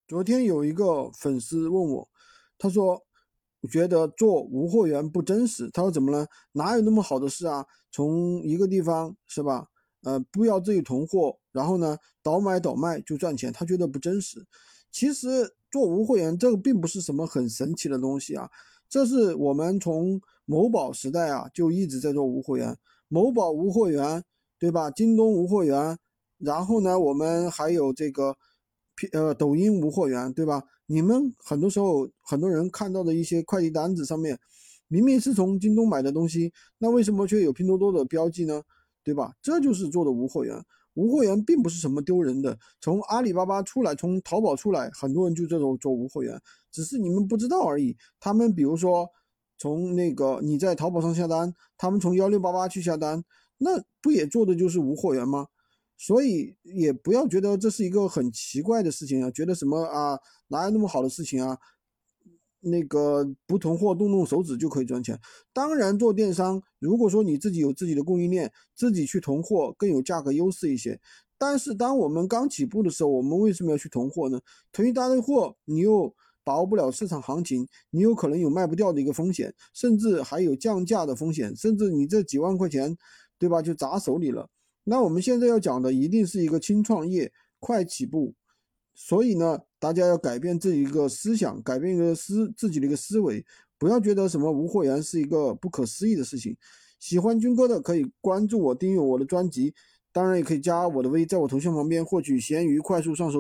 昨天有一个粉丝问我，他说觉得做无货源不真实。他说怎么了？哪有那么好的事啊？从一个地方是吧？不要自己囤货，然后呢倒买倒卖就赚钱，他觉得不真实。其实做无货源这个并不是什么很神奇的东西啊，这是我们从某宝时代啊就一直在做无货源，某宝无货源，对吧？京东无货源，然后呢我们还有这个抖音无货源，对吧？你们很多时候很多人看到的一些快递单子上面，明明是从京东买的东西，那为什么却有拼多多的标记呢？对吧？这就是做的无货源。无货源并不是什么丢人的，从阿里巴巴出来，从淘宝出来，很多人就这种做无货源，只是你们不知道而已。他们比如说从那个你在淘宝上下单，他们从1688去下单，那不也做的就是无货源吗？所以也不要觉得这是一个很奇怪的事情啊，觉得什么啊，哪有那么好的事情啊？那个不囤货动动手指就可以赚钱。当然，做电商，如果说你自己有自己的供应链，自己去囤货更有价格优势一些。但是，当我们刚起步的时候，我们为什么要去囤货呢？囤一大堆货，你又把握不了市场行情，你有可能有卖不掉的一个风险，甚至还有降价的风险，甚至你这几万块钱，对吧，就砸手里了。那我们现在要讲的一定是一个轻创业、快起步，所以呢，大家要改变自己一个思想，改变自己的一个思维，不要觉得什么无货源是一个不可思议的事情。喜欢军哥的可以关注我，订阅我的专辑，当然也可以加我的微，在我头像旁边获取闲鱼快速上手。